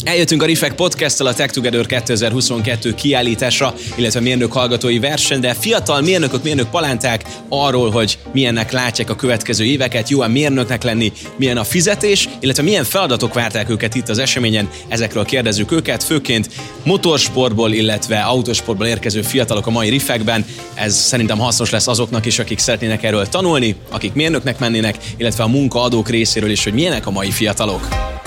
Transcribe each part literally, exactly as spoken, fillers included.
Eljöttünk a Rifek Podcast-tal a Tech Together kétezer-huszonkettő kiállításra, illetve mérnök hallgatói versenyre. Fiatal mérnökök, mérnök palánták arról, hogy milyennek látják a következő éveket, jó-e mérnöknek lenni, milyen a fizetés, illetve milyen feladatok várták őket itt az eseményen. Ezekről kérdezzük őket, főként motorsportból, illetve autósportból érkező fiatalok a mai Rifekben. Ez szerintem hasznos lesz azoknak is, akik szeretnének erről tanulni, akik mérnöknek mennének, illetve a munkaadók részéről is, hogy milyenek a mai fiatalok.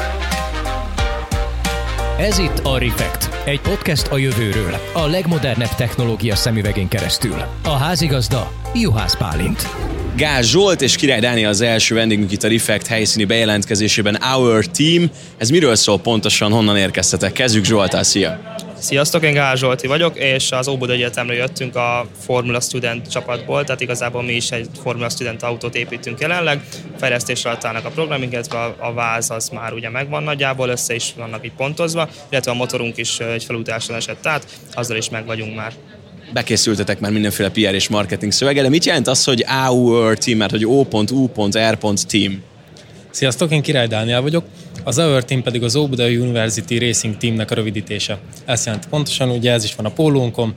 Ez itt a Refekt, egy podcast a jövőről, a legmodernebb technológia szemüvegén keresztül. A házigazda Juhász Bálint. Gáz Zsolt és Király Dániel az első vendégünk itt a Refekt helyszíni bejelentkezésében. Our Team. Ez miről szól pontosan, honnan érkeztetek? Kezdjük Zsolttal, szia! Sziasztok, én Gáz Zsolti vagyok, és az Óbuda Egyetemről jöttünk a Formula Student csapatból, tehát igazából mi is egy Formula Student autót építünk jelenleg. Fejlesztés alatt állnak a programink, illetve a, a váz az már ugye megvan nagyjából, össze is vannak így pontozva, illetve a motorunk is egy felújításon esett át, azzal is meg vagyunk már. Bekészültetek már mindenféle pé er és marketing szöveggel, de mit jelent az, hogy Our Team, mert hogy O.U.R.Team? Sziasztok, én Király Dániel vagyok. Az Our Team pedig az Óbuda University Racing Teamnek a rövidítése. Ezt jelenti pontosan, ugye ez is van a pólónkon,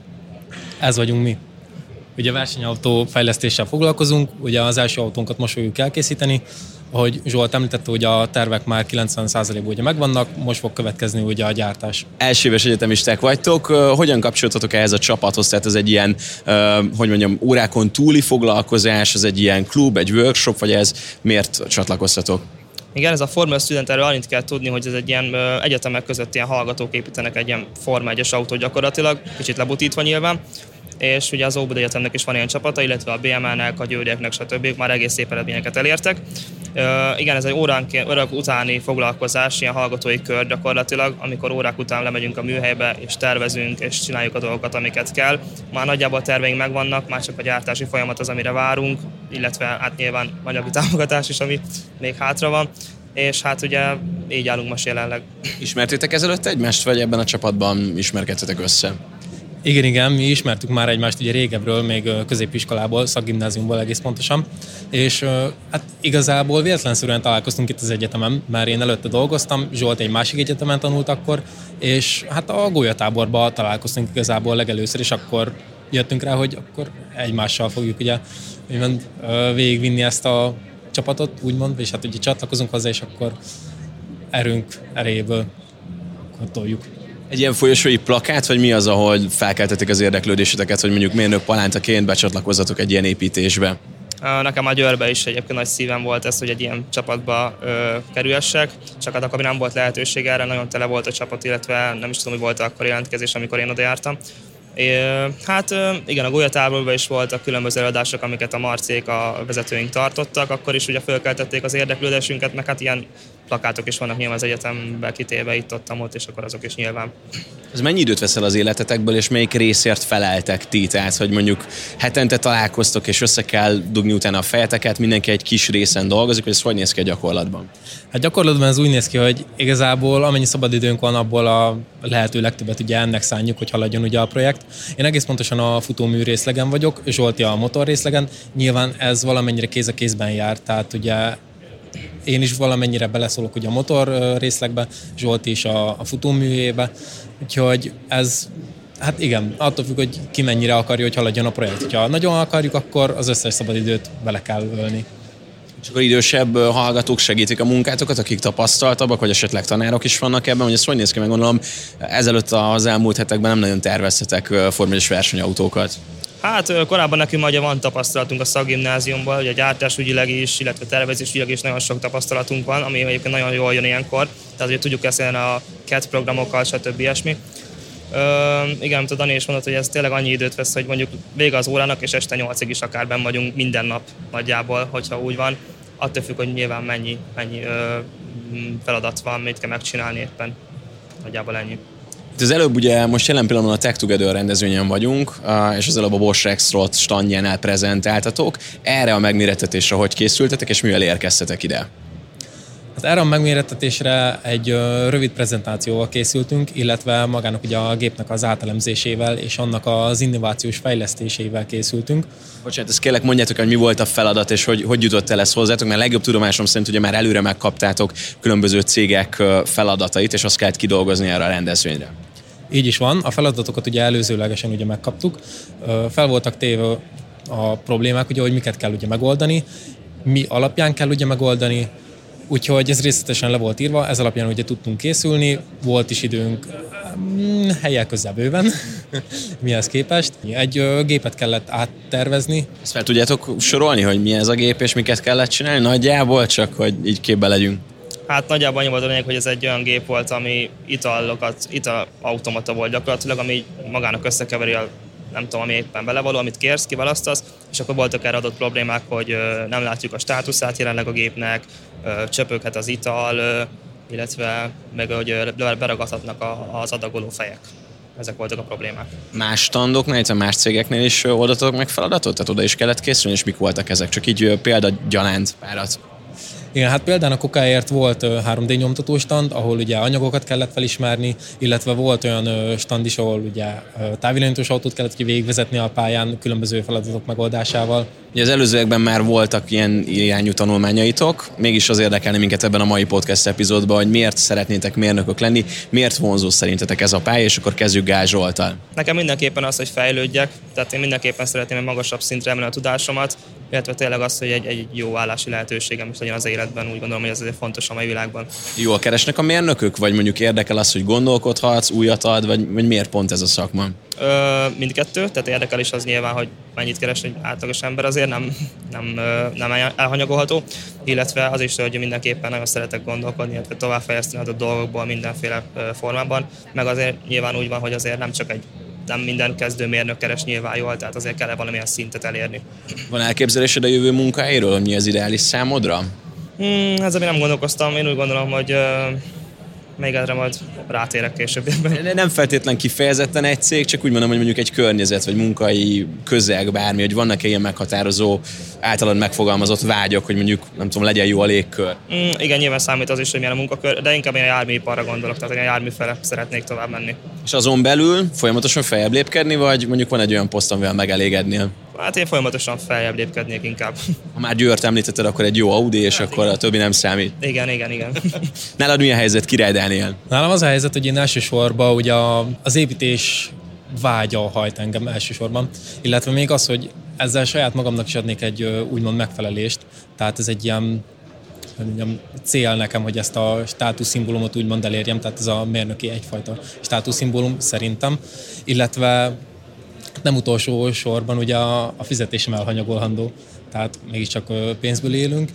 ez vagyunk mi. Ugye versenyautó fejlesztéssel foglalkozunk, ugye az első autónkat most fogjuk elkészíteni, ahogy Zsolt említette, hogy a tervek már kilencven százalékban ugye megvannak, most fog következni ugye a gyártás. Elsőéves egyetemisták vagytok, hogyan kapcsoltatok ehhez a csapathoz? Tehát ez egy ilyen, hogy mondjam, órákon túli foglalkozás, ez egy ilyen klub, egy workshop, vagy ez miért csatlakoztatok? Igen, ez a Formula Student, erről annyit kell tudni, hogy ez egy ilyen ö, egyetemek között ilyen hallgatók építenek egy ilyen Forma egyes autót gyakorlatilag, kicsit lebutítva nyilván, és ugye az Óbuda Egyetemnek is van ilyen csapata, illetve a bé em á-nek, a Győrieknek, stb. Már egész szép eredményeket elértek. Ö, igen, ez egy óránként, órák utáni foglalkozás, ilyen hallgatói kör gyakorlatilag, amikor órák után lemegyünk a műhelybe, és tervezünk, és csináljuk a dolgokat, amiket kell. Már nagyjából a terveink megvannak, már csak a gyártási folyamat az, amire várunk, illetve hát nyilván anyagi támogatás is, ami még hátra van. És hát ugye így állunk most jelenleg. Ismertétek ezelőtt egymást, vagy ebben a csapatban ismerkedtetek össze? Igen, igen, mi ismertük már egymást ugye régebről, még középiskolából, szakgimnáziumból egész pontosan, és hát igazából véletlenszerűen találkoztunk itt az egyetemen, mert én előtte dolgoztam, Zsolt egy másik egyetemen tanult akkor, és hát a golyatáborban találkoztunk igazából legelőször, és akkor jöttünk rá, hogy akkor egymással fogjuk ugye úgymond végigvinni ezt a csapatot, úgymond, és hát ugye csatlakozunk hozzá, és akkor erőnk erejéből toljuk. Egy ilyen folyosói plakát, vagy mi az, ahol felkeltetik az érdeklődéseteket, hogy mondjuk mérnök palántaként becsatlakozzatok egy ilyen építésbe? Nekem a Győrbe is egyébként nagy szívem volt ez, hogy egy ilyen csapatba ö, kerülhessek, csak hát akkor nem volt lehetőség erre, nagyon tele volt a csapat, illetve nem is tudom, hogy volt akkor jelentkezés, amikor én oda jártam. É, hát igen, a golyatáborban is voltak különböző előadások, amiket a Marcék, a vezetőink tartottak, akkor is ugye fölkeltették az érdeklődésünket, meg hát ilyen plakátok is vannak nyilván az egyetemben kitéve itt-ott, ott, és akkor azok is nyilván. Ez mennyi időt veszel az életetekből, és melyik részért feleltek ti? Tehát, hogy mondjuk hetente találkoztok, és össze kell dugni utána a fejeteket, mindenki egy kis részen dolgozik, hogy ez hogy néz ki a gyakorlatban? Hát gyakorlatban ez úgy néz ki, hogy igazából amennyi szabadidőnk van, abból a lehető legtöbbet ugye ennek szánjuk, hogy haladjon ugye a projekt. Én egész pontosan a futómű részlegen vagyok, Zsolti a motor részlegen. Nyilván ez valamennyire kéz a kézben jár, tehát ugye én is valamennyire beleszólok ugye a motor részlegbe, Zsolti is a, a futóműjébe, úgyhogy ez, hát igen, attól függ, hogy ki mennyire akarja, hogy haladjon a projekt. Ha nagyon akarjuk, akkor az összes szabadidőt bele kell ölni. És akkor idősebb hallgatók segítik a munkátokat, akik tapasztaltabbak, vagy esetleg tanárok is vannak ebben, hogy ez hogy néz ki, meg gondolom, ezelőtt az elmúlt hetekben nem nagyon terveztetek formányos versenyautókat. Hát korábban nekünk ugye van tapasztalatunk a szakgimnáziumban, hogy a gyártásügyileg is, illetve tervezésügyileg is nagyon sok tapasztalatunk van, ami egyébként nagyon jól jön ilyenkor, tehát hogy tudjuk ezt a C A D programokkal, stb. Ilyesmi. Ö, igen, amit a Dani is mondott, hogy ez tényleg annyi időt vesz, hogy mondjuk vége az órának, és este nyolcig is akár benn vagyunk minden nap nagyjából, hogyha úgy van. Attól függ, hogy nyilván mennyi, mennyi ö, feladat van, mit kell megcsinálni éppen. Nagyjából ennyi. Itt az előbb ugye most jelen pillanatban a Tech Together rendezvényen vagyunk, és az előbb a Bosch Rexroth standjánál prezentáltatok. Erre a megmérettetésre hogy készültetek, és mivel érkeztetek ide? Hát erre a megmérettetésre egy rövid prezentációval készültünk, illetve magának ugye a gépnek az átelemzésével és annak az innovációs fejlesztésével készültünk. Bocsánat, ezt kérlek mondjátok, hogy mi volt a feladat, és hogy, hogy jutott el ez hozzátok, mert legjobb tudomásom szerint ugye már előre megkaptátok különböző cégek feladatait, és azt kellett kidolgozni erre a rendezvényre. Így is van, a feladatokat ugye előzőlegesen ugye megkaptuk, fel voltak téve a problémák, ugye, hogy miket kell ugye megoldani, mi alapján kell ugye megoldani, úgyhogy ez részletesen le volt írva, ez alapján ugye tudtunk készülni, volt is időnk helyel közel bőven, mihez képest. Egy ö, gépet kellett áttervezni. Ezt fel tudjátok sorolni, hogy mi ez a gép, és miket kellett csinálni? Nagyjából, csak hogy így képbe legyünk. Hát nagyjából annyi volt a lényeg, hogy ez egy olyan gép volt, ami italokat, italautomata volt gyakorlatilag, ami magának összekeveri a nem tudom, ami éppen belevaló, amit kérsz, kiválasztasz, és akkor voltak erre adott problémák, hogy nem látjuk a státuszát jelenleg a gépnek, csöpöghet az ital, illetve meg hogy beragadhatnak az adagoló fejek. Ezek voltak a problémák. Más standoknál, illetve más cégeknél is oldatok meg feladatot? Tehát oda is kellett készülni, és mik voltak ezek? Csak így példagyanánt párat. Igen, hát például a Kokáért volt három dé nyomtató stand, ahol ugye anyagokat kellett felismerni, illetve volt olyan stand is, ahol ugye távirányítós autót kellett ki végigvezetni a pályán különböző feladatok megoldásával. Ugye az előzőekben már voltak ilyen irányú tanulmányaitok, mégis az érdekelne minket ebben a mai podcast epizódban, hogy miért szeretnétek mérnökök lenni, miért vonzó szerintetek ez a pálya, és akkor kezdjük Gál Zsolttal. Nekem mindenképpen az, hogy fejlődjek, tehát én mindenképpen szeretném egy magasabb szintre emelni a tudásomat, illetve tényleg az, hogy egy, egy jó állási lehetőségem is legyen az életben, úgy gondolom, hogy ez azért fontos a mai világban. Jól keresnek a mérnökök, vagy mondjuk érdekel az, hogy gondolkodhatsz, újat ad, vagy, vagy miért pont ez a szakma? Ö, mindkettő, tehát érdekel is az nyilván, hogy mennyit keres egy átlagos ember, azért nem, nem, nem elhanyagolható, illetve az is, hogy mindenképpen nagyon szeretek gondolkodni, illetve továbbfejleszteni a dolgokból mindenféle formában, meg azért nyilván úgy van, hogy azért nem csak egy nem minden kezdőmérnök keres nyilván jól, tehát azért kell valamilyen szintet elérni. Van elképzelésed a jövő munkáiról, hogy mi az ideális számodra? Hmm, ezzel nem gondolkoztam, én úgy gondolom, hogy uh, még erre majd rátérek később. Nem feltétlen kifejezetten egy cég, csak úgy mondom, hogy mondjuk egy környezet, vagy munkai közeg, bármi, hogy vannak-e ilyen meghatározó, általad megfogalmazott vágyok, hogy mondjuk, nem tudom, legyen jó a légkör. Mm, igen, nyilván számít az is, hogy milyen a munkakör, de inkább én a járműiparra gondolok, tehát én a jármű fele szeretnék tovább menni. És azon belül folyamatosan feljebb lépkedni, vagy mondjuk van egy olyan poszt, amivel megelégednél? Hát én folyamatosan feljebb lépkednék inkább. Ha már Győrt említetted, akkor egy jó Audi, és hát akkor igen. A többi nem számít. Igen, igen, igen. Nálad milyen helyzet, Király Dániel? Nálam az a helyzet, hogy én elsősorban ugye az építés vágya hajt engem elsősorban, illetve még az, hogy ezzel saját magamnak is adnék egy úgymond megfelelést, tehát ez egy ilyen mondjam, cél nekem, hogy ezt a státuszszimbólumot úgymond elérjem, tehát ez a mérnöki egyfajta státuszszimbólum szerintem, illetve nem utolsó sorban ugye a, a fizetésem elhanyagolhandó, tehát mégiscsak pénzből élünk.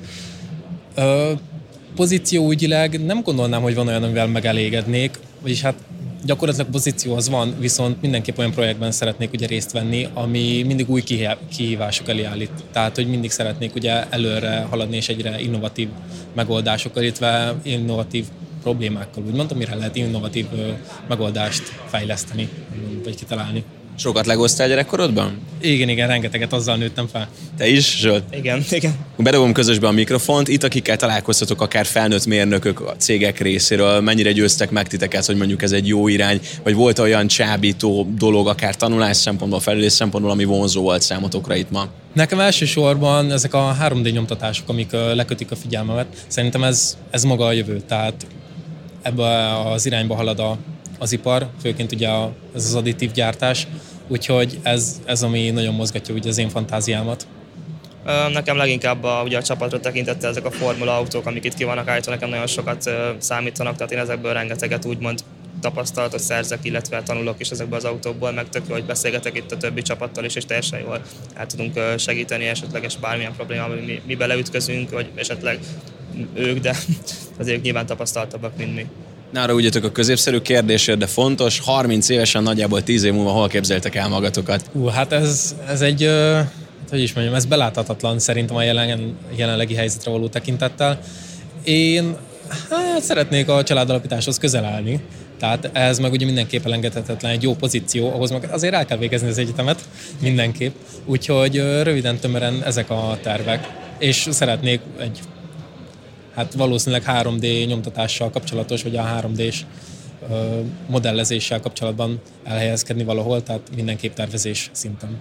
Pozícióügyileg nem gondolnám, hogy van olyan, amivel megelégednék, vagyis hát gyakorlatilag pozíció az van, viszont mindenképp olyan projektben szeretnék ugye részt venni, ami mindig új kihívások elé állít. Tehát, hogy mindig szeretnék ugye előre haladni, és egyre innovatív megoldásokkal, illetve innovatív problémákkal, úgymond, amire lehet innovatív megoldást fejleszteni, vagy kitalálni. Sokat legoztál gyerekkorodban? Igen, igen, rengeteget, azzal nőttem fel. Te is, Zsolt? Igen, igen. Bedobom közösbe a mikrofont, itt akikkel találkoztatok, akár felnőtt mérnökök a cégek részéről, mennyire győztek meg titeket, hogy mondjuk ez egy jó irány, vagy volt olyan csábító dolog, akár tanulás szempontból, felülés szempontból, ami vonzó volt számotokra itt ma? Nekem elsősorban ezek a három dé nyomtatások, amik lekötik a figyelmemet, szerintem ez, ez maga a jövő, tehát ebbe az irányba halad a az ipar, főként ugye a, ez az additív gyártás, úgyhogy ez, ez ami nagyon mozgatja ugye az én fantáziámat. Nekem leginkább a, ugye a csapatra tekintette ezek a formula autók, amik itt ki vannak állítva, nekem nagyon sokat számítanak, tehát én ezekből rengeteget úgymond tapasztalatot szerzek, illetve tanulok is ezekből az autókból, meg tök jó, hogy beszélgetek itt a többi csapattal is, és teljesen jól el tudunk segíteni esetleges bármilyen problémával, mi, mi beleütközünk, vagy esetleg ők, de azért nyilván tapasztaltabbak, mint mi. Ne arra ugyatok a középszerű kérdésért, de fontos, harminc évesen nagyjából tíz év múlva hol képzeltek el magatokat? Ú, hát ez, ez egy, hogy is mondjam, ez beláthatatlan szerintem a jelen, jelenlegi helyzetre való tekintettel. Én hát szeretnék a családalapításhoz közel állni, tehát ez meg ugye mindenképp elengedhetetlen egy jó pozíció, ahhoz meg azért el kell végezni az egyetemet, mindenképp. Úgyhogy röviden, tömören ezek a tervek, és szeretnék egy hát valószínűleg három dé nyomtatással kapcsolatos, vagy a három dés modellezéssel kapcsolatban elhelyezkedni valahol, tehát mindenképp tervezés szinten.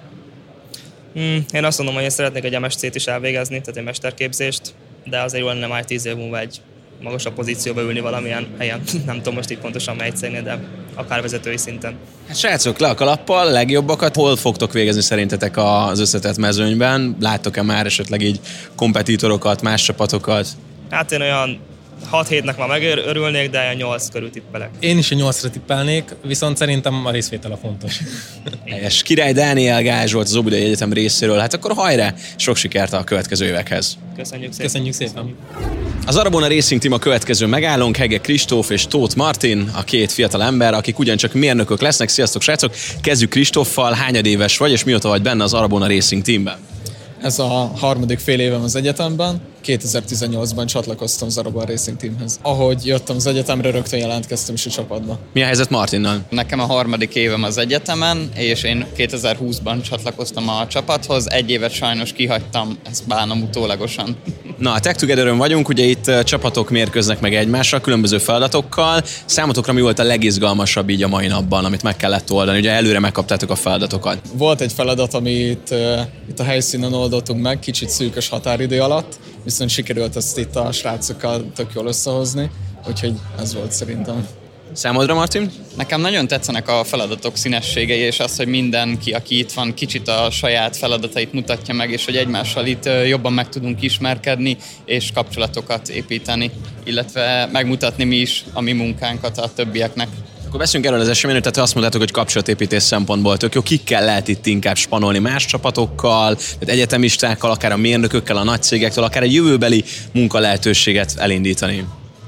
Hmm, én azt mondom, hogy én szeretnék egy em es cét is elvégezni, tehát egy mesterképzést, de azért jól nem már tíz év múlva egy magasabb pozícióba ülni valamilyen helyen. Nem tudom most így pontosan mely cégnél, de akár vezetői szinten. Hát srácok, le a kalappal, legjobbakat hol fogtok végezni szerintetek az összetett mezőnyben? Láttok-e már esetleg így kompetitorokat, más csapatokat? Hát én olyan hat hétnek már megörülnék, de nyolc körül tippelek. Én is a nyolcra tippelnék, viszont szerintem a részvétel a fontos. Helyes. Király Dániel Gázs volt az Óbudai Egyetem részéről, hát akkor hajrá, sok sikert a következő évekhez. Köszönjük szépen. Köszönjük szépen. Az Arabona Racing Team a következő megállónk, Hegge Kristóf és Tóth Martin, a két fiatal ember, akik ugyancsak mérnökök lesznek. Sziasztok, srácok! Kezdjük Kristóffal, hányadéves vagy, és mióta vagy benne az Arabona Racing Teamben? Ez a harmadik fél évem az egyetemben. kétezer-tizennyolcban csatlakoztam az Arabona Racing Teamhez. Ahogy jöttem az egyetemre, rögtön jelentkeztem is a csapatba. Mi a helyzet Martinnal? Nekem a harmadik évem az egyetemen, és én kétezer-húszban csatlakoztam a csapathoz. Egy évet sajnos kihagytam, ezt bánom utólagosan. Na, a Tech Together-ön vagyunk, ugye itt csapatok mérkőznek meg egymással, különböző feladatokkal. Számotokra mi volt a legizgalmasabb így a mai napban, amit meg kellett oldani? Ugye előre megkaptátok a feladatokat. Volt egy feladat, amit uh, itt a helyszínen oldottunk meg, kicsit szűkös határidő alatt, viszont sikerült ezt itt a srácokkal tök jól összehozni, úgyhogy ez volt szerintem. Számodra, Martin? Nekem nagyon tetszenek a feladatok színességei, és az, hogy mindenki, aki itt van, kicsit a saját feladatait mutatja meg, és hogy egymással itt jobban meg tudunk ismerkedni, és kapcsolatokat építeni, illetve megmutatni mi is a mi munkánkat a többieknek. Akkor beszéljünk erről az eseményről, tehát azt mondtátok, hogy kapcsolatépítés szempontból tök jó. Kikkel lehet itt inkább spanolni, más csapatokkal, tehát egyetemistákkal, akár a mérnökökkel, a nagy cégektől, akár egy jövőbeli munkalehetőséget elindítani?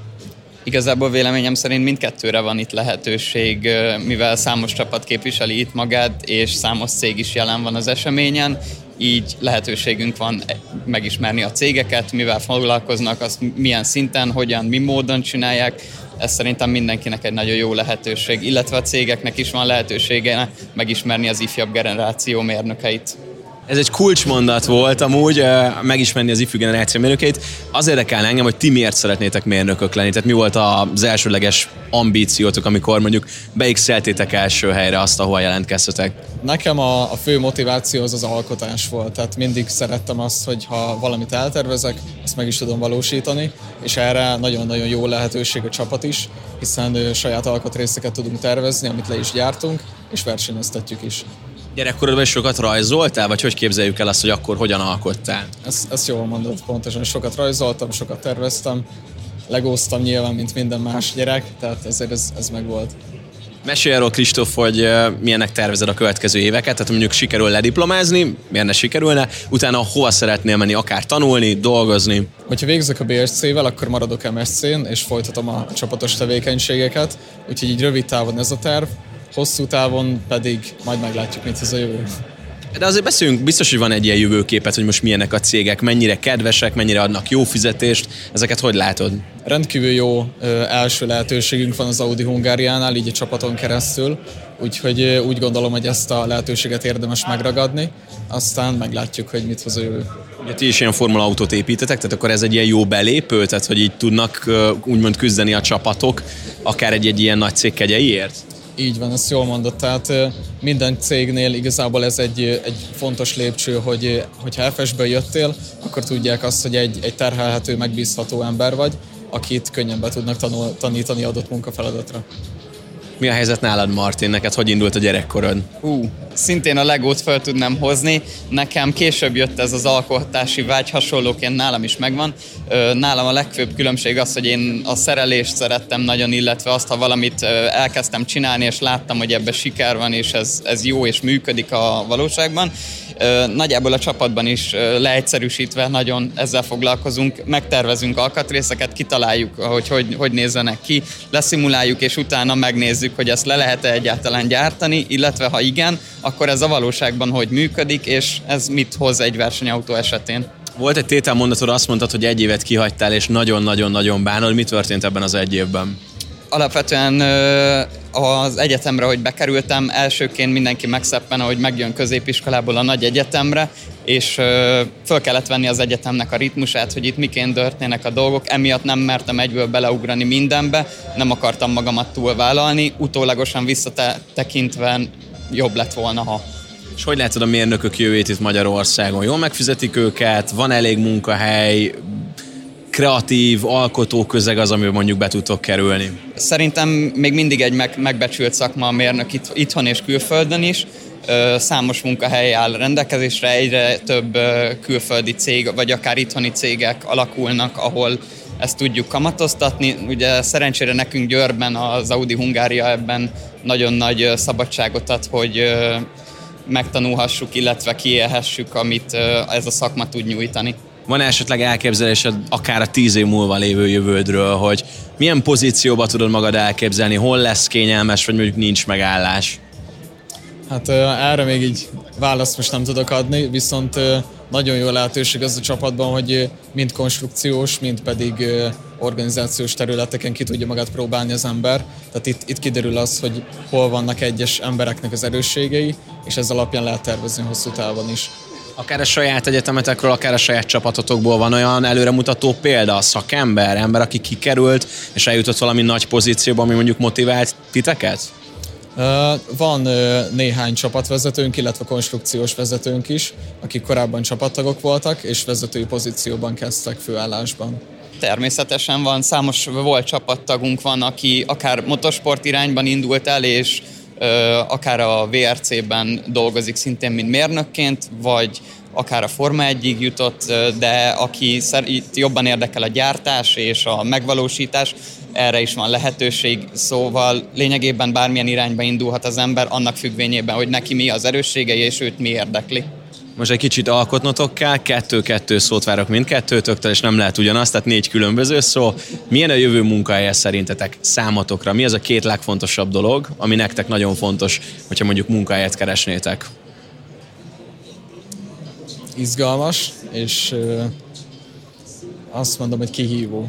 Igazából véleményem szerint mindkettőre van itt lehetőség, mivel számos csapat képviseli itt magát, és számos cég is jelen van az eseményen, így lehetőségünk van megismerni a cégeket, mivel foglalkoznak, azt milyen szinten, hogyan, mi módon csinálják. Ez szerintem mindenkinek egy nagyon jó lehetőség, illetve a cégeknek is van lehetősége megismerni az ifjabb generáció mérnökeit. Ez egy kulcsmondat volt amúgy, megismerni az ifjú generáció mérnökeit. Az érdekelne engem, hogy ti miért szeretnétek mérnökök lenni. Tehát mi volt az elsőleges ambíciótok, amikor mondjuk beixeltétek első helyre azt, ahol jelentkeztetek? Nekem a, a fő motiváció az az alkotás volt. Tehát mindig szerettem azt, hogy ha valamit eltervezek, azt meg is tudom valósítani, és erre nagyon-nagyon jó lehetőség a csapat is, hiszen ő, saját alkatrészeket tudunk tervezni, amit le is gyártunk, és versenyeztetjük is. Gyerekkorodban is sokat rajzoltál, vagy hogy képzeljük el azt, hogy akkor hogyan alkottál? Ezt, ezt jól mondod, pontosan. Sokat rajzoltam, sokat terveztem, legóztam nyilván, mint minden más gyerek, tehát ezért ez, ez megvolt. Mesélj arról, Kristóf, hogy milyennek tervezed a következő éveket, tehát mondjuk sikerül lediplomázni, miért ne sikerülne, utána hova szeretnél menni, akár tanulni, dolgozni? Hogyha végzek a bé es cé-vel, akkor maradok em es cén, és folytatom a csapatos tevékenységeket, úgyhogy így rövid távon ez a terv, hosszú távon pedig majd meglátjuk, mit ez a jövő. De azért beszéljünk, biztos, hogy van egy ilyen jövőképet, hogy most milyenek a cégek, mennyire kedvesek, mennyire adnak jó fizetést, ezeket hogy látod? Rendkívül jó ö, első lehetőségünk van az Audi Hungáriánál, így a csapaton keresztül, úgyhogy ö, úgy gondolom, hogy ezt a lehetőséget érdemes megragadni, aztán meglátjuk, hogy mit hoz a jövő. Ugye ti is ilyen formula autót építetek, tehát akkor ez egy ilyen jó belépő, tehát hogy így tudnak ö, úgymond küzdeni a csapatok, akár egy-egy ilyen nagy cég kegyeiért? Így van, ezt jól mondott, tehát minden cégnél igazából ez egy, egy fontos lépcső, hogy hogyha ef es-ből jöttél, akkor tudják azt, hogy egy, egy terhelhető, megbízható ember vagy, akit könnyen be tudnak tanul, tanítani adott munkafeladatra. Mi a helyzet nálad, Martin? Neked hogy indult a gyerekkorod? Hú, szintén a legót fel tudnám hozni. Nekem később jött ez az alkotási vágy, hasonlóként nálam is megvan. Nálam a legfőbb különbség az, hogy én a szerelést szerettem nagyon, illetve azt, ha valamit elkezdtem csinálni, és láttam, hogy ebben siker van, és ez, ez jó és működik a valóságban. Nagyjából a csapatban is leegyszerűsítve nagyon ezzel foglalkozunk, megtervezünk alkatrészeket, kitaláljuk, hogy hogy, hogy nézzenek ki, leszimuláljuk, és utána megnézzük, hogy ezt le lehet-e egyáltalán gyártani, illetve ha igen, akkor ez a valóságban hogy működik, és ez mit hoz egy versenyautó esetén. Volt egy tételmondatod, azt mondtad, hogy egy évet kihagytál, és nagyon-nagyon-nagyon bánod. Mi történt ebben az egy évben? Alapvetően az egyetemre, hogy bekerültem, elsőként mindenki megszeppen, ahogy megjön középiskolából a nagy egyetemre, és föl kellett venni az egyetemnek a ritmusát, hogy itt miként történnek a dolgok, emiatt nem mertem egyből beleugrani mindenbe, nem akartam magamat túlvállalni, utólagosan visszatekintve jobb lett volna, ha. És hogy látod a mérnökök jövőjét itt Magyarországon? Jól megfizetik őket? Van elég munkahely? Kreatív, alkotó közeg az, amiben mondjuk be tudtok kerülni? Szerintem még mindig egy meg, megbecsült szakma a mérnök itt, itthon és külföldön is. Számos munkahely áll rendelkezésre, egyre több külföldi cég, vagy akár itthoni cégek alakulnak, ahol ezt tudjuk kamatoztatni. Ugye szerencsére nekünk Győrben az Audi Hungária ebben nagyon nagy szabadságot ad, hogy megtanulhassuk, illetve kiélhessük, amit ez a szakma tud nyújtani. Van esetleg elképzelésed akár a tíz év múlva lévő jövődről, hogy milyen pozícióba tudod magad elképzelni, hol lesz kényelmes, vagy mondjuk nincs megállás? Hát erre még így választ most nem tudok adni, viszont nagyon jó lehetőség az a csapatban, hogy mind konstrukciós, mind pedig organizációs területeken ki tudja magát próbálni az ember. Tehát itt, itt kiderül az, hogy hol vannak egyes embereknek az erősségei, és ez alapján lehet tervezni hosszú távon is. Akár a saját egyetemetekről, akár a saját csapatotokból van olyan előremutató példa, szakember, ember, aki kikerült, és eljutott valami nagy pozícióba, ami mondjuk motivált titeket? Van néhány csapatvezetőnk, illetve konstrukciós vezetőnk is, akik korábban csapattagok voltak, és vezetői pozícióban kezdtek főállásban. Természetesen van, számos volt csapattagunk van, aki akár motorsport irányban indult el, és akár a vé er cében dolgozik szintén, mint mérnökként, vagy akár a Forma egyig jutott, de aki itt jobban érdekel a gyártás és a megvalósítás, erre is van lehetőség, szóval lényegében bármilyen irányba indulhat az ember, annak függvényében, hogy neki mi az erősségei, és őt mi érdekli. Most egy kicsit alkotnotok kell, kettő-kettő szót várok mindkettőtöktől, és nem lehet ugyanaz, tehát négy különböző szó. Milyen a jövő munkahelye szerintetek számotokra? Mi az a két legfontosabb dolog, ami nektek nagyon fontos, hogyha mondjuk munkahelyet keresnétek? Izgalmas, és ö, azt mondom, hogy kihívó.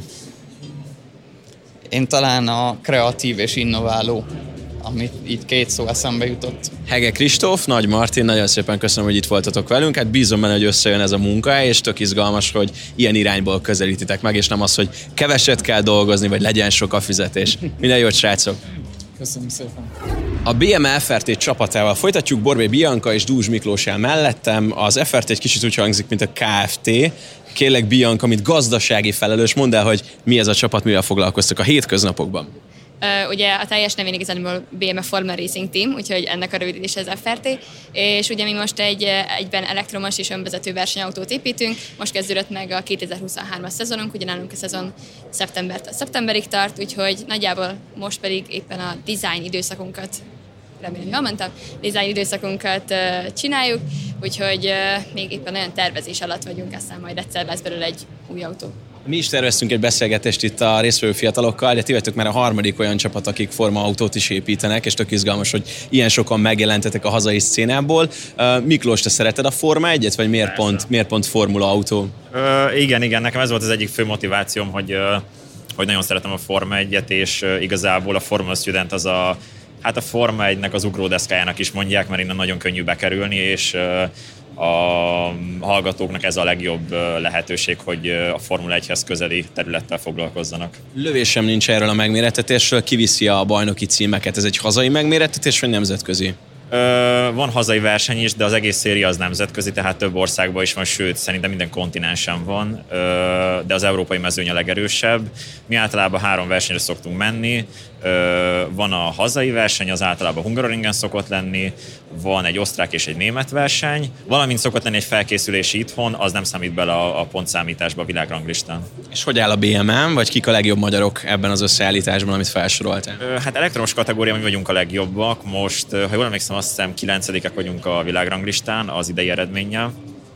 Én talán a kreatív és innováló, amit itt két szó eszembe jutott. Hege Kristóf, Nagy Martin, nagyon szépen köszönöm, hogy itt voltatok velünk. Hát bízom benne, hogy összejön ez a munkahely, és tök izgalmas, hogy ilyen irányból közelítitek meg, és nem az, hogy keveset kell dolgozni, vagy legyen sok a fizetés. Minden jót, srácok! Köszönöm szépen! A bé em ef er té csapatával folytatjuk, Borbély Bianca és Dúzs Miklós el mellettem. Az ef er té egy kicsit úgy hangzik, mint a ká ef té. Kérlek, Bianca, mint gazdasági felelős, mondd el, hogy mi ez a csapat, mivel foglalkoztok a hétköznapokban. Uh, ugye a teljes nevén igazából bé em ef Formula Racing Team, úgyhogy ennek a rövidítés az ef er té, és ugye mi most egy egyben elektromos és önvezető versenyautót építünk, most kezdődött meg a kétezer-huszonhármas szezonunk, ugye nálunk a szezon szeptembertől szeptemberig tart, úgyhogy nagyjából most pedig éppen a design időszakunkat, remélem jól mondtam, design időszakunkat uh, csináljuk, úgyhogy uh, még éppen olyan tervezés alatt vagyunk, aztán majd egyszer lesz belőle egy új autó. Mi is terveztünk egy beszélgetést itt a résztvevő fiatalokkal, de ti vagytok már a harmadik olyan csapat, akik formaautót is építenek, és tök izgalmas, hogy ilyen sokan megjelentetek a hazai szcénából. Uh, Miklós, te szereted a Forma egyet, vagy miért pont, miért pont Formula autó? Uh, igen, igen, nekem ez volt az egyik fő motivációm, hogy, uh, hogy nagyon szeretem a Forma egyet, és uh, igazából a Formula Student az a, hát a Forma egynek az ugródeszkájának is mondják, mert innen nagyon könnyű bekerülni, és uh, a hallgatóknak ez a legjobb lehetőség, hogy a Formula egyhez közeli területtel foglalkozzanak. Lövésem nincs erről a megmérettetésről, kiviszi a bajnoki címeket. Ez egy hazai megmérettetés, vagy nemzetközi? Ö, van hazai verseny is, de az egész széria az nemzetközi, tehát több országban is van, sőt, szerintem minden kontinensen van, ö, de az európai mezőny a legerősebb. Mi általában három versenyre szoktunk menni, ö, van a hazai verseny, az általában Hungaroringen szokott lenni, van egy osztrák és egy német verseny, valamint szokott lenni egy felkészülési itthon, az nem számít bele a, a pontszámításba a világranglistán. És hogy áll a bé em em, vagy kik a legjobb magyarok ebben az összeállításban, amit felsoroltál? Ö, hát elektromos kategóriában mi vagyunk a legjobbak, most, ha jól emlékszem, azt hiszem kilencedikek vagyunk a világranglistán az idei eredménnyel,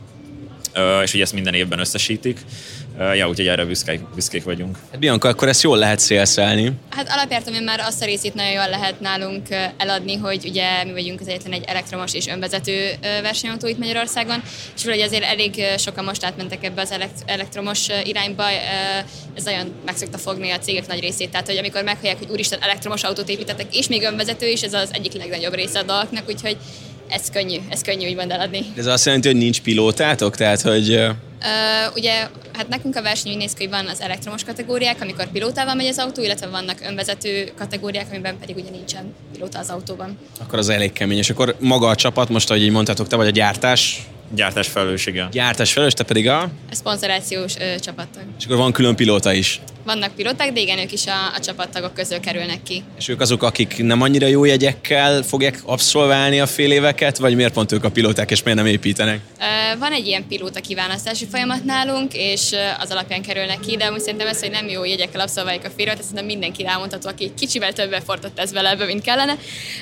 uh, és ugye ezt minden évben összesítik. Uh, ja, úgyhogy erre büszkék, büszkék vagyunk. Hát Bianca, akkor ezt jól lehet szélszelni. Hát alapjártan már azt a részét nagyon jól lehet nálunk eladni, hogy ugye mi vagyunk az egyetlen egy elektromos és önvezető versenyautó itt Magyarországon, és valahogy azért elég sokan most átmentek ebbe az elektromos irányba, ez nagyon meg szokta fogni a cégek nagy részét, tehát hogy amikor meghallják, hogy úristen, elektromos autót építettek, és még önvezető is, ez az egyik legnagyobb része a dolgoknak, úgyhogy ez könnyű, ez könnyű úgymond eladni. Ez azt jelenti, hogy nincs pilótátok? Tehát, hogy... Uh, ugye, hát nekünk a verseny úgy néz ki, hogy van az elektromos kategóriák, amikor pilótával megy az autó, illetve vannak önvezető kategóriák, amiben pedig ugye nincsen pilóta az autóban. Akkor az elég kemény. És akkor maga a csapat, most ahogy így mondtátok, te vagy a gyártás? Gyártás felelőssége. Gyártás felelős, te pedig a? A szponzorációs ö, csapattag. És akkor van külön pilóta is? Vannak pilóták, de igen, ők is a, a csapattagok közül kerülnek ki. És ők azok, akik nem annyira jó jegyekkel fogják abszolválni a fél éveket, vagy miért pont ők a pilóták, és miért nem építenek? Van egy ilyen pilóta kiválasztási folyamat nálunk, és az alapján kerülnek ki, de úgy szerintem ez, hogy nem jó jegyekkel abszolváljuk a fél évet, szerintem mindenki rámondható, aki kicsivel több effortot tesz bele ebbe, mint kellene.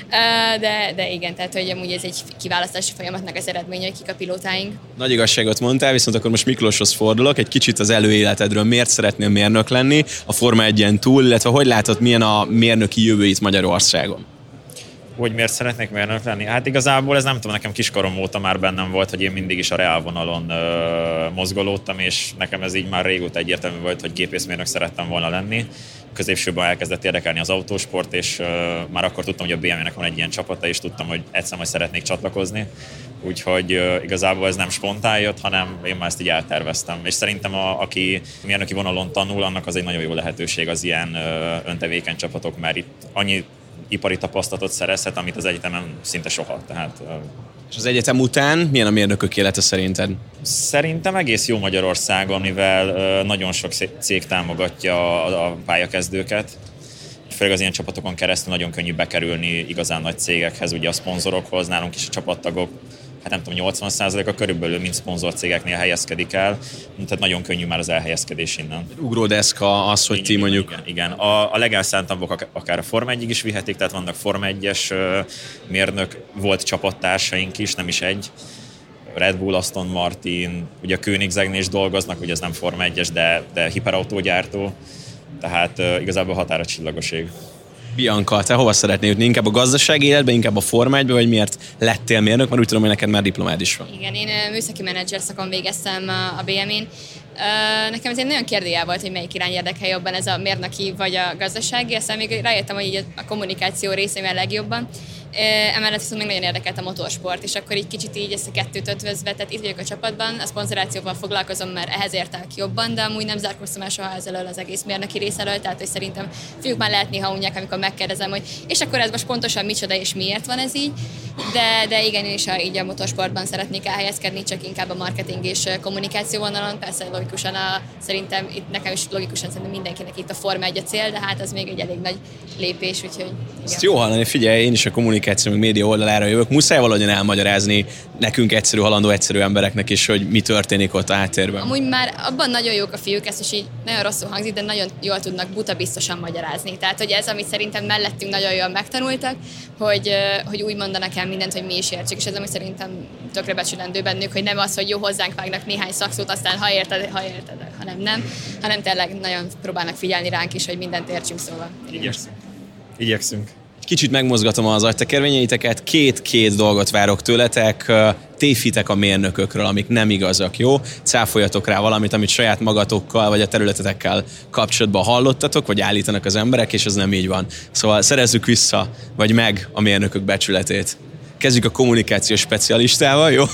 De, de igen, tehát hogy amúgy ez egy kiválasztási folyamatnak az eredménye, hogy kik a pilótáink. Nagy igazságot mondtál, viszont akkor most Miklóshoz fordulok, egy kicsit az előéletedről, miért szeretnél mérnök lenni a Forma egyen túl, illetve hogy látod, milyen a mérnöki jövő itt Magyarországon? Hogy miért szeretnék mérnök lenni? Hát igazából ez nem tudom, nekem kiskorom óta már bennem volt, hogy én mindig is a reálvonalon ö, mozgolódtam, és nekem ez így már régóta egyértelmű volt, hogy gépészmérnök szerettem volna lenni. Középsőben elkezdett érdekelni az autósport, és ö, már akkor tudtam, hogy a bé em vé-nek van egy ilyen csapata, és tudtam, hogy egyszer majd szeretnék csatlakozni. Úgyhogy ö, igazából ez nem spontán jött, hanem én már ezt így elterveztem. És szerintem a, aki mérnöki vonalon tanul, annak az egy nagyon jó lehetőség az ilyen ö, öntevékeny csapatok, mert itt annyi ipari tapasztalatot szerezhet, amit az egyetemen szinte soha. Tehát, és az egyetem után milyen a mérnökök élete szerinted? Szerintem egész jó Magyarországon, mivel nagyon sok cég támogatja a pályakezdőket. Főleg az ilyen csapatokon keresztül nagyon könnyű bekerülni igazán nagy cégekhez, ugye a szponzorokhoz, nálunk is a csapattagok, hát nem tudom, nyolcvan százaléka körülbelül mind szponzorcégeknél helyezkedik el, tehát nagyon könnyű már az elhelyezkedés innen. Ugródeszka az, hogy ti mondjuk... Igen, igen. A, a legálszántabbak akár a Forma egyig is vihetik, tehát vannak Forma egyes mérnök, volt csapattársaink is, nem is egy. Red Bull, Aston Martin, ugye a Koenigseggnél is dolgoznak, ugye ez nem Forma egyes, de, de hiperautógyártó, tehát uh, igazából határa csillagoség. Bianca, te hova szeretnél jutni? Inkább a gazdasági életbe, inkább a Forma egybe, vagy miért lettél mérnök? Mert úgy tudom, hogy neked már diplomád is van. Igen, én műszaki menedzser szakon végeztem a bé em én. Nekem ez egy nagyon kérdőjel volt, hogy melyik irány érdekel jobban, ez a mérnöki vagy a gazdasági, aztán még rájöttem, hogy így a kommunikáció részével legjobban. Emellett viszont még nagyon érdekelt a motorsport, és akkor így kicsit így ezt a kettőt ötvözve, tehát itt vagyok a csapatban, a szponzorációval foglalkozom, mert ehhez értek jobban, de amúgy nem zárkóztam el soha ezzel az egész mérnöki részelől, tehát hogy szerintem fiúk már lehet néha unják, amikor megkérdezem, hogy és akkor ez most pontosan micsoda és miért van ez így, de, de igen, én is a, így a motorsportban szeretnék elhelyezkedni, csak inkább a marketing és kommunikáció vonalon, persze logikusan a, szerintem itt nekem is logikusan szerintem mindenkinek itt a Forma egy a cél, de hát az még egy elég nagy lépés, úgyhogy igen. Ezt jó hallani, figyelj, én is a kommunikáció, meg média oldalára jövök, muszáj valahogyan elmagyarázni nekünk egyszerű, halandó, egyszerű embereknek is, hogy mi történik ott a háttérben. Amúgy már abban nagyon jók a fiúk, ezt is így nagyon rosszul hangzik, de nagyon jól tudnak buta biztosan magyarázni. Tehát, hogy ez, amit szerintem mellettünk nagyon jól megtanultak, hogy, hogy úgy mondanak el mindent, hogy mi is értsük, és ez, ami szerintem tökre becsülendő bennük, hogy nem az, hogy jó, hozzánk vágnak néhány szakszót, aztán ha érted, ha érted, hanem nem, hanem tényleg nagyon próbálnak figyelni ránk is, hogy mindent értsünk, szóval. Igyekszünk. Igyekszünk. Kicsit megmozgatom az agytekervényeiteket, két-két dolgot várok tőletek, tévhitek a mérnökökről, amik nem igazak, jó? Cáfoljatok rá valamit, amit saját magatokkal vagy a területetekkel kapcsolatban hallottatok, vagy állítanak az emberek, és ez nem így van. Szóval szerezzük vissza, vagy meg a mérnökök becsületét. Kezdjük a kommunikációs specialistával, jó?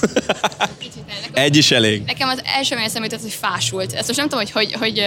Egy is elég. Nekem az első, ami eszembe jutott, hogy fásult. Ezt most nem tudom, hogy hogy, hogy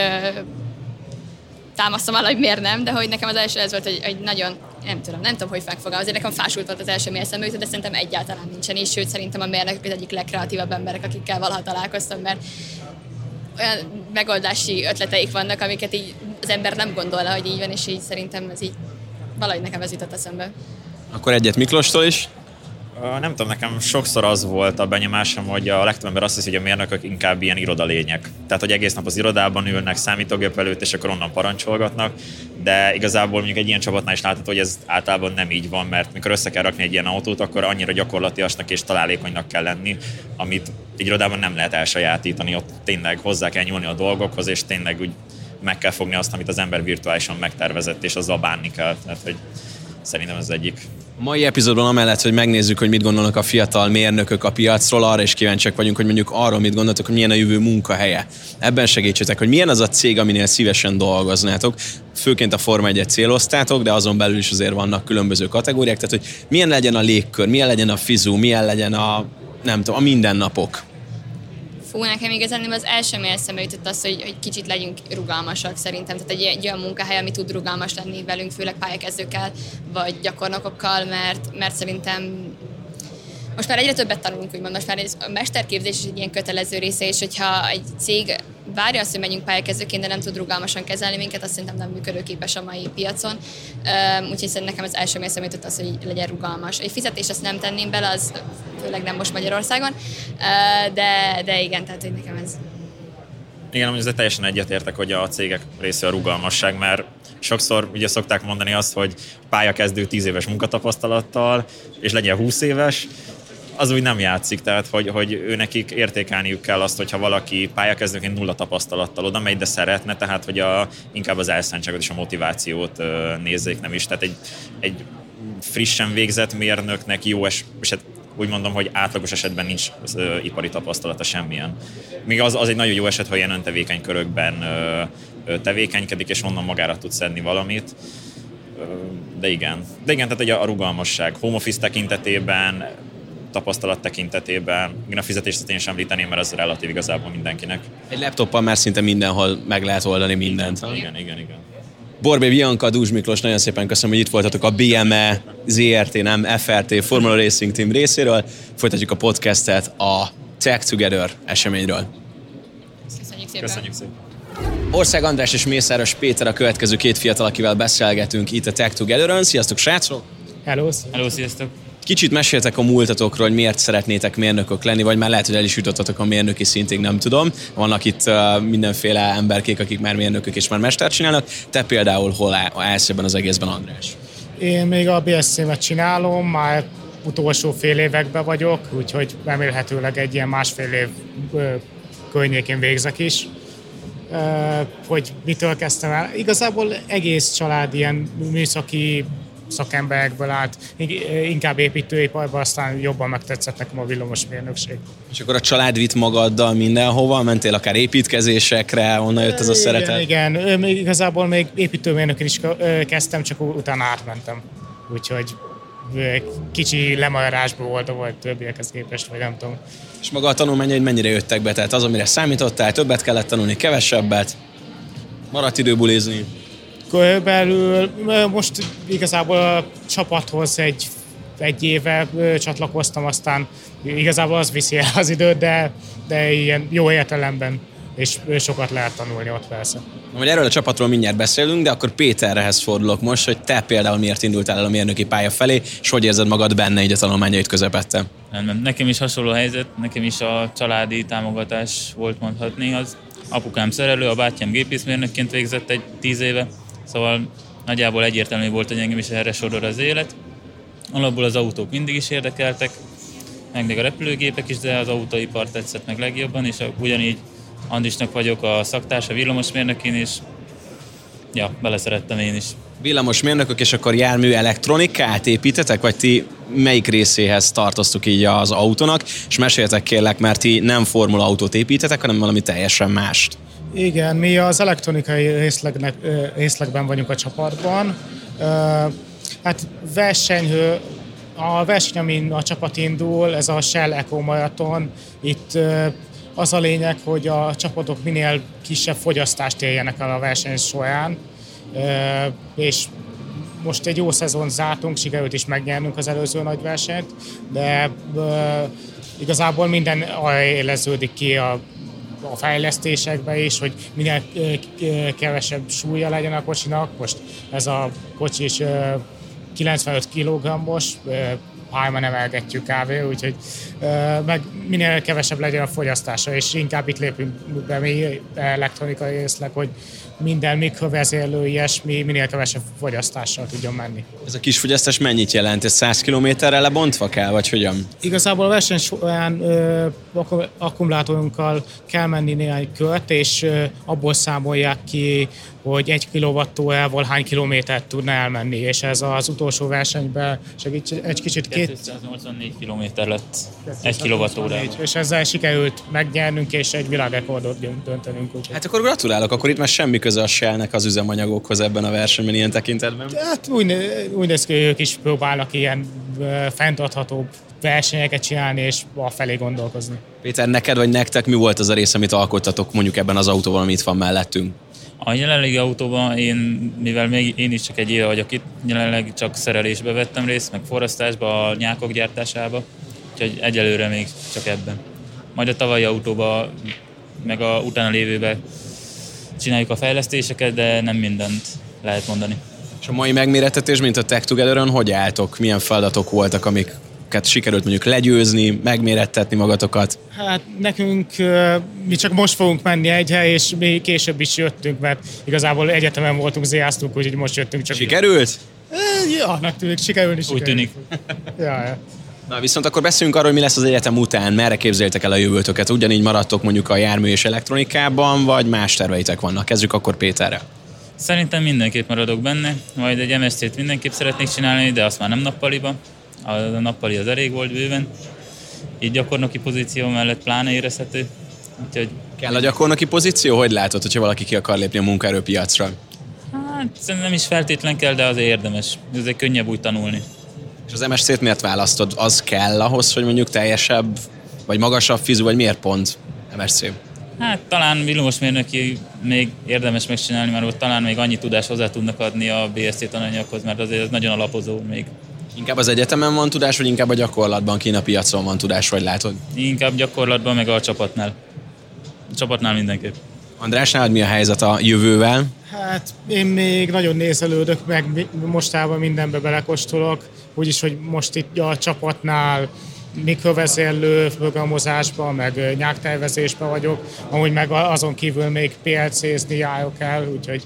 támasztom el, hogy miért nem, de hogy nekem az első ez volt, hogy, hogy nagyon, nem tudom, nem tudom, hogy megfogalmazni. Nekem fásult volt az első, ami eszembe jutott, de szerintem egyáltalán nincsen is, sőt szerintem a mérnökök az egyik legkreatívabb emberek, akikkel valaha találkoztam, mert olyan megoldási ötleteik vannak, amiket így az ember nem gondolna, hogy így van, és így szerintem ez így valahogy nekem ez jutott eszembe. Akkor egyet Miklóstól is. Nem tudom, nekem sokszor az volt a benyomásom, hogy a legtöbb ember azt hiszi, hogy a mérnökök inkább ilyen irodalények. Tehát, hogy egész nap az irodában ülnek, számítógép előtt, és akkor onnan parancsolgatnak, de igazából mondjuk egy ilyen csapatnál is látható, hogy ez általában nem így van, mert mikor össze kell rakni egy ilyen autót, akkor annyira gyakorlatiasnak és találékonynak kell lenni, amit egy irodában nem lehet elsajátítani, ott tényleg hozzá kell nyúlni a dolgokhoz, és tényleg úgy meg kell fogni azt, amit az ember virtuálisan megtervezett, és azzal bánni kell. Tehát, hogy szerintem ez egyik A mai epizódban amellett, hogy megnézzük, hogy mit gondolnak a fiatal mérnökök a piacról, arra is kíváncsiak vagyunk, hogy mondjuk arról mit gondoltok, hogy milyen a jövő munkahelye. Ebben segítsetek, hogy milyen az a cég, aminél szívesen dolgoznátok. Főként a Forma egyet céloztátok, de azon belül is azért vannak különböző kategóriák, tehát hogy milyen legyen a légkör, milyen legyen a fizu, milyen legyen a, nem tudom, a mindennapok. Fú, nekem igazán az első, ami eszembe jutott az, hogy, hogy kicsit legyünk rugalmasak szerintem. Tehát egy, egy olyan munkahely, ami tud rugalmas lenni velünk, főleg pályakezdőkkel, vagy gyakornokokkal, mert, mert szerintem most már egyre többet tanulunk, úgymond most már a mesterképzés is egy ilyen kötelező része, és hogyha egy cég várja azt, hogy menjünk pályakezdőként, de nem tud rugalmasan kezelni minket, azt szerintem nem működőképes a mai piacon. Úgyhogy szerintem nekem az első, ami eszembe jutott az, hogy legyen rugalmas. Egy fizetés azt nem tenném bele, az főleg nem most Magyarországon, de, de igen, tehát hogy nekem ez... Igen, ezzel teljesen egyetértek, hogy a cégek része a rugalmasság, mert sokszor ugye szokták mondani azt, hogy pályakezdő tíz éves munkatapasztalattal, és legyen húsz éves, az úgy nem játszik, tehát hogy, hogy ő nekik értékelniük kell azt, hogyha valaki pályakezdőként nulla tapasztalattal oda megy, de szeretne, tehát hogy a, inkább az elszántságot és a motivációt ö, nézzék, nem is. Tehát egy, egy frissen végzett mérnöknek jó es, és hát úgy mondom, hogy átlagos esetben nincs ö, ipari tapasztalata semmilyen. Míg az, az egy nagyon jó eset, ha ilyen öntevékeny körökben ö, ö, tevékenykedik, és onnan magára tud szedni valamit. Ö, de igen. De igen, tehát a, a rugalmasság. Home office tekintetében, tapasztalat tekintetében, igen, a fizetést én sem említeném, mert az relatív igazából mindenkinek. Egy laptoppal már szinte mindenhol meg lehet oldani mindent. Igen, igen, igen. Borbély Bianca, Dúzs Miklós, nagyon szépen köszönöm, hogy itt voltatok a bé em e, zé er té, nem ef er té, Formula Racing Team részéről. Folytatjuk a podcastet a Tech Together eseményről. Köszönjük szépen. Köszönjük szépen. Ország András és Mészáros Péter a következő két fiatal, akivel beszélgetünk itt a Tech Together-ön. Sziasztok, srácok! Hello! Hello, sziasztok! Kicsit meséltek a múltatokról, hogy miért szeretnétek mérnökök lenni, vagy már lehet, hogy el is jutottatok a mérnöki szintig, nem tudom. Vannak itt uh, mindenféle emberkék, akik már mérnökök és már mestert csinálnak. Te például hol állsz ebben az egészben, András? Én még a bé es cé-met csinálom, már utolsó fél években vagyok, úgyhogy remélhetőleg egy ilyen másfél év ö, környékén végzek is. Ö, hogy mitől kezdtem el? Igazából egész család ilyen műszaki szakemberekből állt, inkább építőiparban, aztán jobban megtetszett nekem a villamosmérnökség. És akkor a család vitt magaddal mindenhova? Mentél akár építkezésekre? Onnan jött ez a szeretet? Igen, igen. Még igazából még építőmérnökön is kezdtem, csak utána átmentem. Úgyhogy kicsi lemaradásból volt, vagy többiekhez képest, vagy nem tudom. És maga a tanulmányaid mennyire jöttek be? Tehát az, amire számítottál, többet kellett tanulni, kevesebbet? Maradt idő bulizni? Körülbelül most igazából a csapathoz egy, egy éve csatlakoztam, aztán igazából az viszi el az időt, de, de ilyen jó értelemben, és sokat lehet tanulni ott persze. Hogy erről a csapatról mindjárt beszélünk, de akkor Péterhez fordulok most, hogy te például miért indultál el a mérnöki pálya felé, és hogy érzed magad benne így a tanulmányaid közepette? Nekem is hasonló helyzet, nekem is a családi támogatás volt mondhatni. Az apukám szerelő, a bátyám gépészmérnökként végzett egy tíz éve, szóval nagyjából egyértelmű volt, hogy engem is erre sorol az élet. Alapból az autók mindig is érdekeltek, meg még a repülőgépek is, de az autóipar tetszett meg legjobban, és ugyanígy Andisnak vagyok a szaktársa, villamosmérnökén, és ja, beleszerettem én is. Villamosmérnökök, és akkor jármű elektronikát építetek, vagy ti melyik részéhez tartoztuk így az autónak, és meséljetek kérlek, mert ti nem formula autót építetek, hanem valami teljesen mást. Igen, mi az elektronikai részlegnek, részlegben vagyunk a csapatban. Hát versenyhő, a verseny, amin a csapat indul, ez a Shell Eco Marathon. Itt az a lényeg, hogy a csapatok minél kisebb fogyasztást érjenek el a verseny során, és most egy jó szezon zártunk, sikerült is megnyernünk az előző nagy versenyt, de igazából minden arra éleződik ki a a fejlesztésekben is, hogy minél kevesebb súlya legyen a kocsinak. Most ez a kocsi is kilencvenöt kilogrammos, pályán emelgetjük kávé, úgyhogy meg minél kevesebb legyen a fogyasztása, és inkább itt lépünk be mi elektronikai részleg, hogy minden mikrovezérlő, ilyesmi minél kevesebb fogyasztással tudjon menni. Ez a kis fogyasztás mennyit jelent? Ez száz kilométerre lebontva kell, vagy hogyan? Igazából a verseny során akkumulátorunkkal kell menni néhány kört, és ö, abból számolják ki, hogy egy kilowattórával hány kilométert tudna elmenni, és ez az utolsó versenyben segít egy kicsit két... kétszáznyolcvannégy kilométer lett egy kilowattórával. És ezzel sikerült megnyernünk, és egy világrekordot döntenünk. Úgyhogy. Hát akkor gratulálok, akkor itt már semmi köze a Shell-nek az üzemanyagokhoz ebben a versenyben ilyen tekintetben. Hát úgy, úgy néz ki, hogy ők is próbálnak ilyen fenntarthatóbb versenyeket csinálni, és afelé gondolkozni. Péter, neked vagy nektek mi volt az a rész, amit alkottatok mondjuk ebben az autóval, ami itt van mellettünk? A jelenlegi autóban én, mivel még én is csak egy éve vagyok itt, jelenleg csak szerelésbe vettem részt, meg forrasztásba, a nyákok gyártásába, úgyhogy egyelőre még csak ebben. Majd a tavalyi autóban, meg a utána lévőben csináljuk a fejlesztéseket, de nem mindent lehet mondani. És a mai megmérettetés, mint a Tech Together-ön, hogy álltok? Milyen feladatok voltak, amiket sikerült mondjuk legyőzni, megmérettetni magatokat? Hát nekünk, mi csak most fogunk menni egy hely, és mi később is jöttünk, mert igazából egyetemen voltunk, zéáztunk, úgyhogy most jöttünk csak. Sikerült? Ja, annak tűnik, sikerülni sikerült. Úgy tűnik. Ja, ja. Na viszont akkor beszéljünk arról, hogy mi lesz az egyetem után, merre képzeljétek el a jövőtöket? Ugyanígy maradtok mondjuk a jármű és elektronikában, vagy más terveitek vannak? Kezdjük akkor Péterrel. Szerintem mindenképp maradok benne, majd egy em es cét mindenképp szeretnék csinálni, de azt már nem nappaliba. A nappali az elég volt bőven. Így gyakornoki pozíció mellett pláne érezhető. Úgyhogy... Kell a gyakornoki pozíció? Hogy látod, hogyha valaki ki akar lépni a munkaerőpiacra? Hát szerintem is feltétlen kell, de azért érdemes. Ez egy könnyebb úgy tanulni. És az em es cét miért választod? Az kell ahhoz, hogy mondjuk teljesebb, vagy magasabb fizu, vagy miért pont em es cé? Hát talán villamosmérnöki még érdemes megcsinálni, mert ott talán még annyi tudást hozzá tudnak adni a bé es cé tananyaghoz, mert azért ez nagyon alapozó még. Inkább az egyetemen van tudás, vagy inkább a gyakorlatban, Kína piacon van tudás, vagy látod? Inkább gyakorlatban, meg a csapatnál. A csapatnál mindenképp. András, nálad mi a helyzet a jövővel? Hát én még nagyon nézelődök, meg mostában mindenbe belekóstolok, úgyis, hogy most itt a csapatnál mikrovezérlő programozásban, meg nyáktervezésben vagyok, amúgy meg azon kívül még pé el cézni járok el, úgyhogy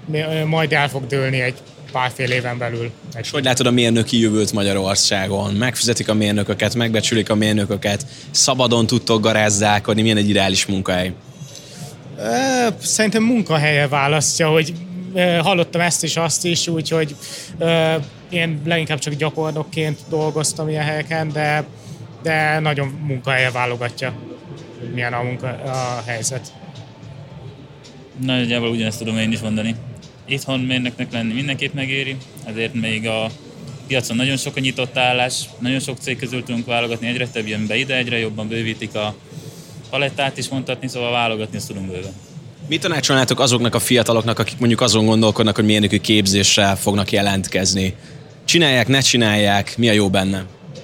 majd el fog dőlni egy párfél éven belül. És hogy látod a mérnöki jövőt Magyarországon? Megfizetik a mérnököket, megbecsülik a mérnököket, szabadon tudtok garázdálkodni, milyen egy ideális munkahely? Szerintem munkahelye választja, hogy hallottam ezt is, azt is, úgyhogy én leginkább csak gyakornokként dolgoztam ilyen helyeken, de, de nagyon munkahelye válogatja, hogy milyen a, munka, a helyzet. Nagyjából ugyanezt tudom én is mondani. Itthon mérnöknek lenni mindenképp megéri, ezért még a piacon nagyon sok a nyitott állás, nagyon sok cég közül tudunk válogatni, egyre több jön be ide, egyre jobban bővítik a palettát is mondhatni, szóval válogatni azt tudunk bőven. Mit tanácsolnátok azoknak a fiataloknak, akik mondjuk azon gondolkodnak, hogy mérnöki képzésre fognak jelentkezni? Csinálják, ne csinálják, mi a jó benne?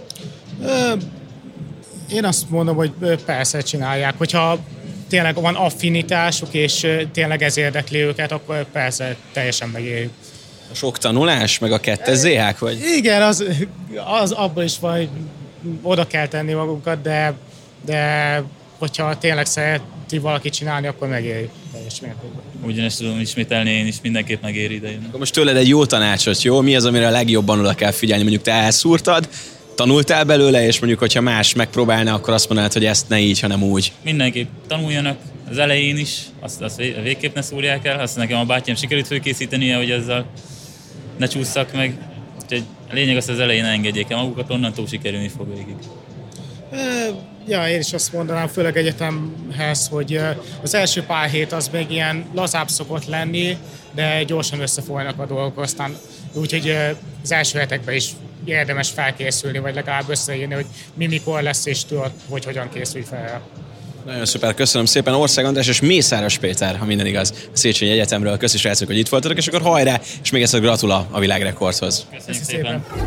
Én azt mondom, hogy persze csinálják. Hogyha tényleg van affinitásuk, és tényleg ez érdekli őket, akkor persze teljesen megéri. A sok tanulás, meg a kettes zé hák, vagy? Igen, az, az abban is van, hogy oda kell tenni magunkat, de, de hogyha tényleg szereti valaki csinálni, akkor megéri teljes mértékben. Ugyanezt tudom ismételni, én is mindenképp megéri ide jönni. Akkor most tőled egy jó tanácsot, jó? Mi az, amire a legjobban oda kell figyelni? Mondjuk te elszúrtad, tanultál belőle, és mondjuk, hogyha más megpróbálna, akkor azt mondanád, hogy ezt ne így, hanem úgy. Mindenképp tanuljanak az elején is, azt, azt végképp ne szúrják el, azt nekem a bátyám sikerült fölkészítenie, hogy ezzel ne csússzak meg. Úgyhogy a lényeg az, az elején ne engedjék el magukat, onnantól sikerülni fog végig. Ja, én is azt mondanám, főleg egyetemhez, hogy az első pár hét az még ilyen lazább szokott lenni, de gyorsan összefolynak a dolgok, aztán úgyhogy az első hetekben is érdemes felkészülni, vagy legalább összeírni, hogy mi mikor lesz, és tudod, hogy hogyan készülj fel. Nagyon szuper, köszönöm szépen Ország András és Mészáros Péter, ha minden igaz, a Széchenyi Egyetemről. Köszönjük, hogy itt voltatok, és akkor hajrá, és még egyszer gratula a világrekordhoz. Köszönjük szépen!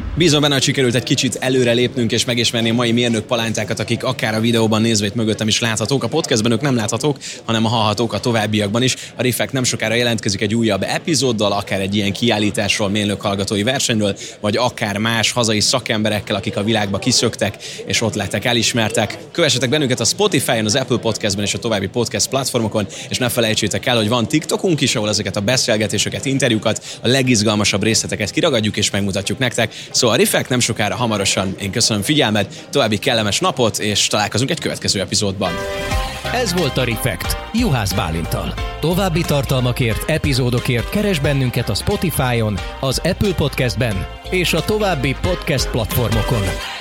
Bízom benne, hogy sikerült egy kicsit előre lépnünk és megismerni a mai mérnök palántákat, akik akár a videóban nézve itt mögöttem is láthatók. A podcastben ők nem láthatók, hanem a hallhatók a továbbiakban is. A Refekt nem sokára jelentkezik egy újabb epizóddal, akár egy ilyen kiállításról, mérnök hallgatói versenyről, vagy akár más hazai szakemberekkel, akik a világba kiszöktek, és ott lettek elismertek. Kövessetek bennünket a Spotify-on, az Apple Podcastben és a további podcast platformokon, és ne felejtsétek el, hogy van TikTokunk is, ahol ezeket a beszélgetéseket, interjúkat, a legizgalmasabb részleteket kiragadjuk és megmutatjuk nektek. Szóval a Refekt nem sokára, hamarosan. Én köszönöm figyelmet, további kellemes napot, és találkozunk egy következő epizódban. Ez volt a Refekt Juhász Bálinttal. További tartalmakért, epizódokért keresd bennünket a Spotify-on, az Apple Podcastben és a további podcast platformokon.